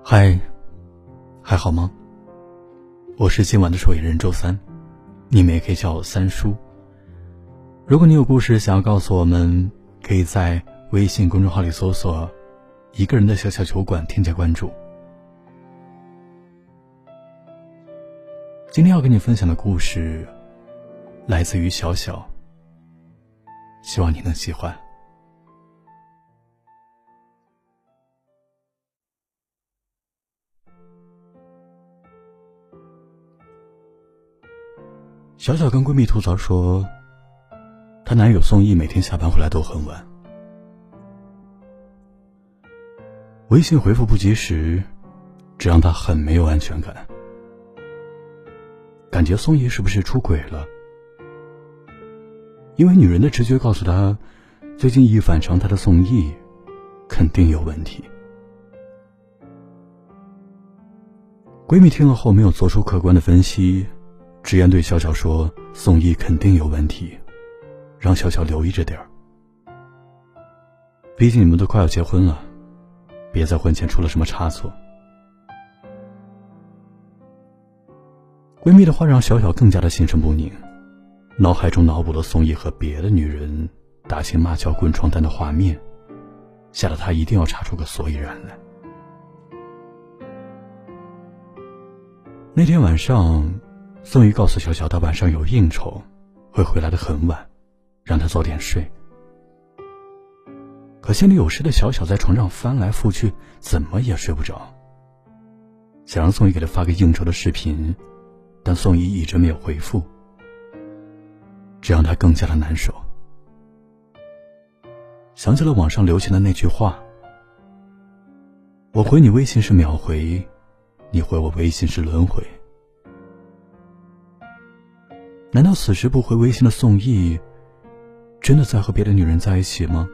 嗨，还好吗？我是今晚的守夜人周三，你们也可以叫我三叔。如果你有故事想要告诉我们，可以在微信公众号里搜索一个人的小小酒馆，添加关注。今天要跟你分享的故事来自于小小，希望你能喜欢。小小跟闺蜜吐槽说，她男友宋毅每天下班回来都很晚，微信回复不及时，这让她很没有安全感，感觉宋毅是不是出轨了？因为女人的直觉告诉她，最近一反常态的宋毅肯定有问题。闺蜜听了后没有做出客观的分析，直言对小小说，宋毅肯定有问题，让小小留意着点儿。毕竟你们都快要结婚了，别在婚前出了什么差错。闺蜜的话让小小更加的心神不宁，脑海中脑补了宋毅和别的女人打情骂俏滚床单的画面，吓得她一定要查出个所以然来。那天晚上，宋毅告诉小小他晚上有应酬，会回来的很晚，让他早点睡。可心里有事的小小在床上翻来覆去，怎么也睡不着。想让宋毅给他发个应酬的视频，但宋毅一直没有回复，这让他更加的难受。想起了网上流行的那句话，我回你微信是秒回，你回我微信是轮回。难道此时不回微信的宋毅真的在和别的女人在一起吗？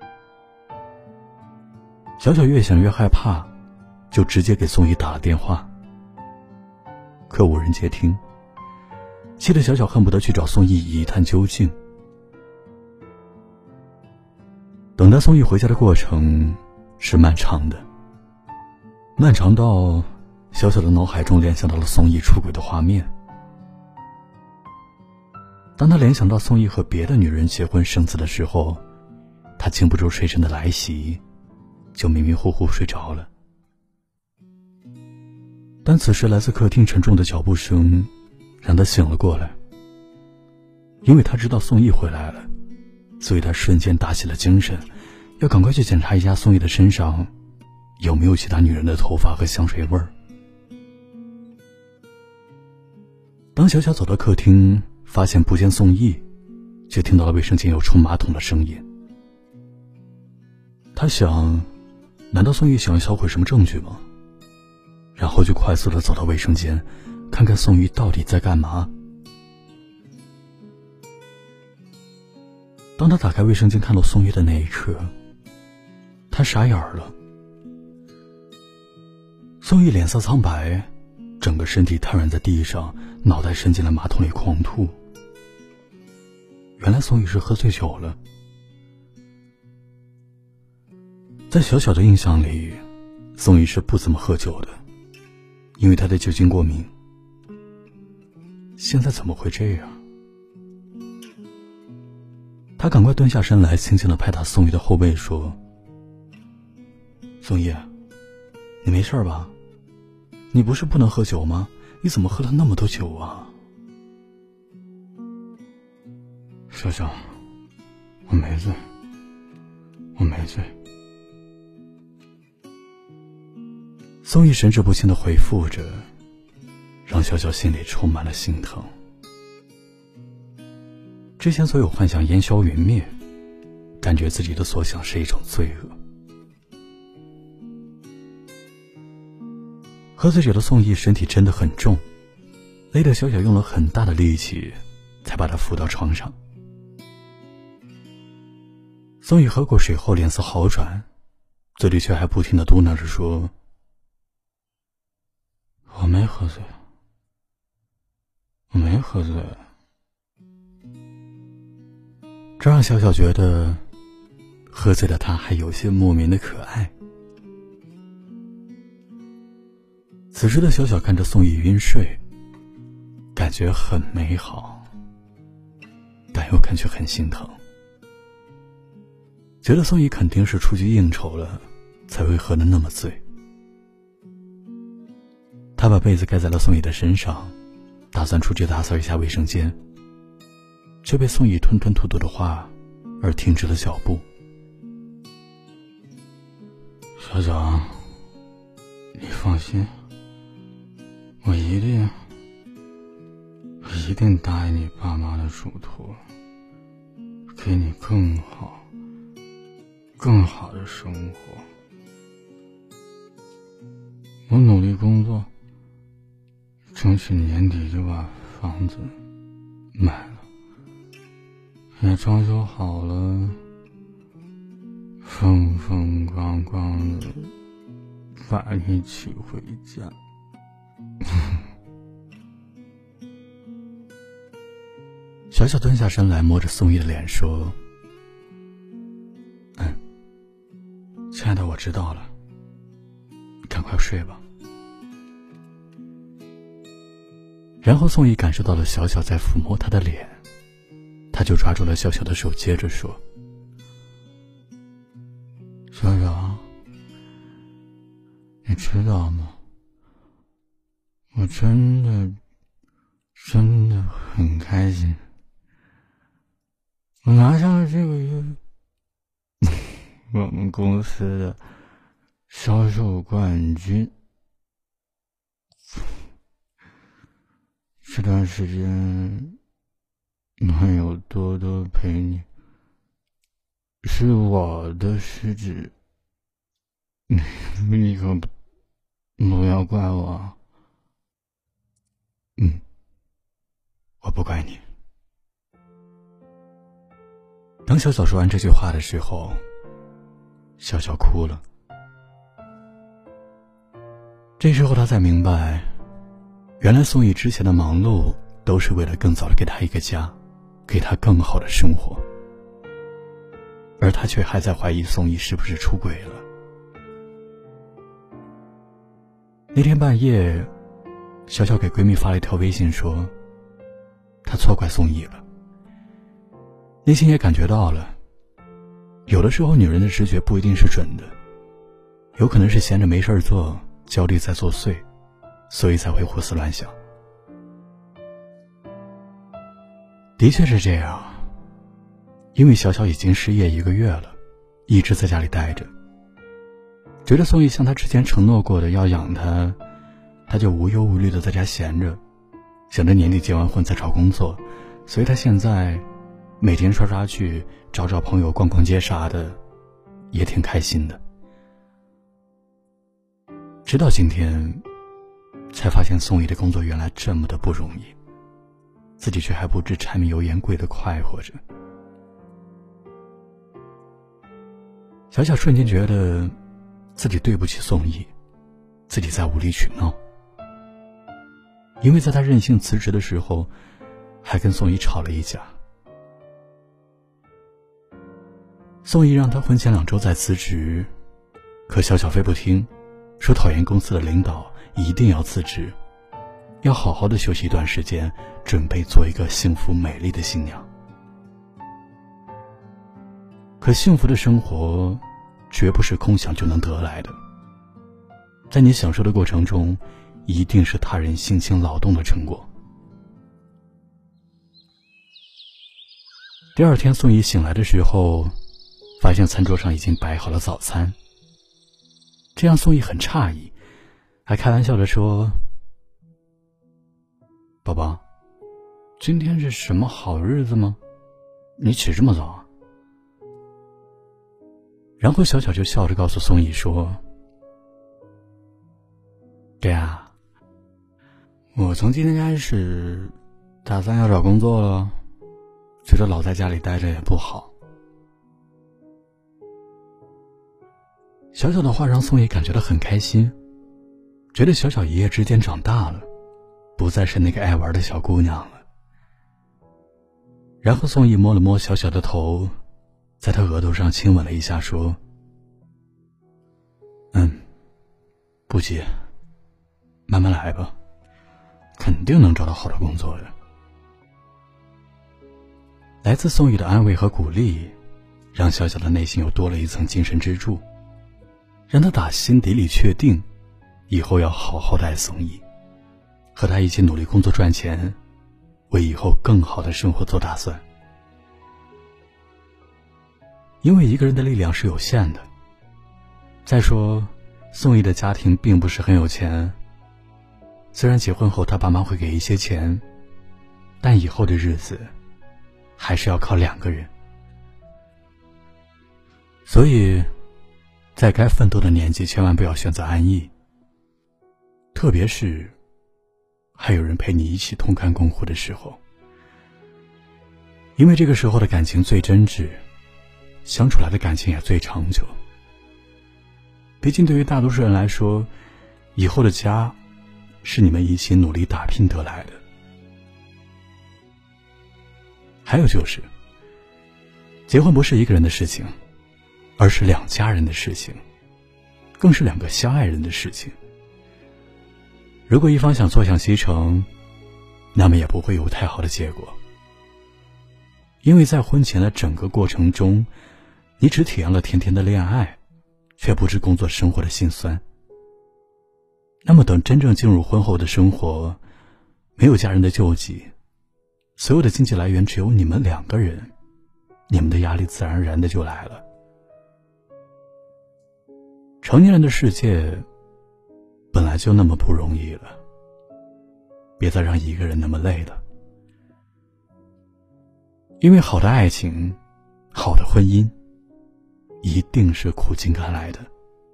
小小越想越害怕，就直接给宋毅打了电话，可无人接听，气得小小恨不得去找宋毅一探究竟。等待宋毅回家的过程是漫长的，漫长到小小的脑海中联想到了宋毅出轨的画面。当他联想到宋毅和别的女人结婚生子的时候，他经不住睡神的来袭，就迷迷糊糊睡着了。但此时来自客厅沉重的脚步声让他醒了过来，因为他知道宋毅回来了，所以他瞬间打起了精神，要赶快去检查一下宋毅的身上有没有其他女人的头发和香水味儿。当小小走到客厅，发现不见宋毅，却听到了卫生间有冲马桶的声音。他想，难道宋毅想要销毁什么证据吗？然后就快速地走到卫生间，看看宋毅到底在干嘛。当他打开卫生间看到宋毅的那一刻，他傻眼了。宋毅脸色苍白，整个身体瘫软在地上，脑袋伸进了马桶里狂吐。原来宋毅是喝醉酒了。在小小的印象里，宋毅是不怎么喝酒的，因为他对酒精过敏。现在怎么会这样？他赶快蹲下身来，轻轻地拍打宋毅的后背说，宋毅，你没事吧？你不是不能喝酒吗？你怎么喝了那么多酒啊？小小，我没醉，我没醉。宋毅神志不清地回复着，让小小心里充满了心疼。之前所有幻想烟消云灭，感觉自己的所想是一种罪恶。喝醉酒的宋毅身体真的很重，累得小小用了很大的力气才把他扶到床上。宋毅喝过水后脸色好转，嘴里却还不停地嘟囔着说，我没喝醉，我没喝醉。这让小小觉得喝醉的他还有些莫名的可爱。 此时的小小看着宋毅晕睡，感觉很美好，但又感觉很心疼，觉得宋毅肯定是出去应酬了，才会喝得那么醉。他把被子盖在了宋毅的身上，打算出去打扫一下卫生间，却被宋毅吞吞吐吐的话而停止了脚步。 小小，你放心，我一定答应你爸妈的嘱托，给你更好的生活。我努力工作，争取年底就把房子买了，也装修好了，风风光光的把你娶回家。 小小蹲下身来，摸着宋毅的脸说：“亲爱的，我知道了，赶快睡吧。”然后宋毅感受到了小小在抚摸他的脸，他就抓住了小小的手，接着说：“ 小小，你知道吗？我真的很开心。我拿下了这个月我们公司的销售冠军。这段时间能有多多陪你，是我的失职，你可不要怪我。 我不怪你。”当小小说完这句话的时候，小小哭了。这时候他才明白，原来宋毅之前的忙碌都是为了更早的给他一个家，给他更好的生活，而他却还在怀疑宋毅是不是出轨了。那天半夜，小小给闺蜜发了一条微信说，她错怪宋毅了。内心也感觉到了，有的时候女人的直觉不一定是准的，有可能是闲着没事做，焦虑在作祟，所以才会胡思乱想。的确是这样，因为小小已经失业1个月了，一直在家里待着，觉得宋毅像他之前承诺过的要养他，他就无忧无虑的在家闲着，想着年底结完婚再找工作，所以他现在每天刷刷剧，找找朋友，逛逛街啥的，也挺开心的。直到今天才发现宋毅的工作原来这么的不容易，自己却还不知柴米油盐贵的快活着。小小瞬间觉得自己对不起宋毅，自己在无理取闹，因为在他任性辞职的时候还跟宋毅吵了一架。宋毅让他婚前2周再辞职，可小小非不听，说讨厌公司的领导，一定要辞职，要好好的休息一段时间，准备做一个幸福美丽的新娘。可幸福的生活绝不是空想就能得来的，在你享受的过程中，一定是他人辛勤劳动的成果。第二天宋毅醒来的时候，发现餐桌上已经摆好了早餐，这让宋毅很诧异，还开玩笑地说，宝宝，今天是什么好日子吗？你起这么早啊？然后小小就笑着告诉宋毅说，对啊，我从今天开始打算要找工作了，觉得老在家里待着也不好。小小的话让宋毅感觉到很开心，觉得小小一夜之间长大了，不再是那个爱玩的小姑娘了。然后宋毅摸了摸小小的头，在她额头上亲吻了一下，说，不急， 慢慢来吧，肯定能找到好的工作的。来自宋毅的安慰和鼓励，让小小的内心又多了一层精神支柱，让他打心底里确定以后要好好的爱宋毅，和他一起努力工作赚钱，为以后更好的生活做打算。因为一个人的力量是有限的，再说宋毅的家庭并不是很有钱，虽然结婚后他爸妈会给一些钱，但以后的日子还是要靠2个人。所以在该奋斗的年纪千万不要选择安逸，特别是还有人陪你一起同甘共苦的时候，因为这个时候的感情最真挚，相处来的感情也最长久。毕竟对于大多数人来说，以后的家是你们一起努力打拼得来的。还有就是结婚不是一个人的事情，而是2家人的事情，更是2个相爱人的事情。如果一方想坐享其成，那么也不会有太好的结果。因为在婚前的整个过程中，你只体验了甜甜的恋爱，却不知工作生活的辛酸。那么等真正进入婚后的生活，没有家人的救济，所有的经济来源只有你们2个人，你们的压力自然而然的就来了。成年人的世界本来就那么不容易了，别再让一个人那么累了。因为好的爱情，好的婚姻，一定是苦尽甘来的。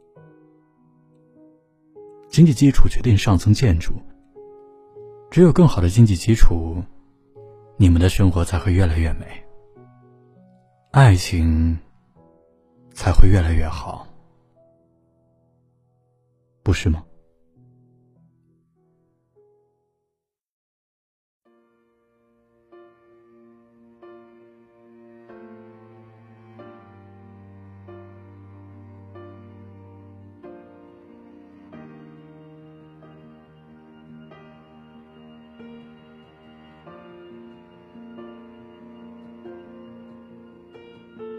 经济基础决定上层建筑，只有更好的经济基础，你们的生活才会越来越美，爱情才会越来越好，不是吗？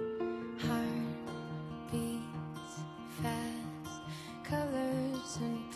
Heart beats fast, colors and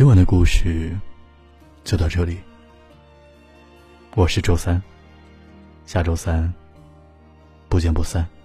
今晚的故事就到这里。我是周三，下周三不见不散。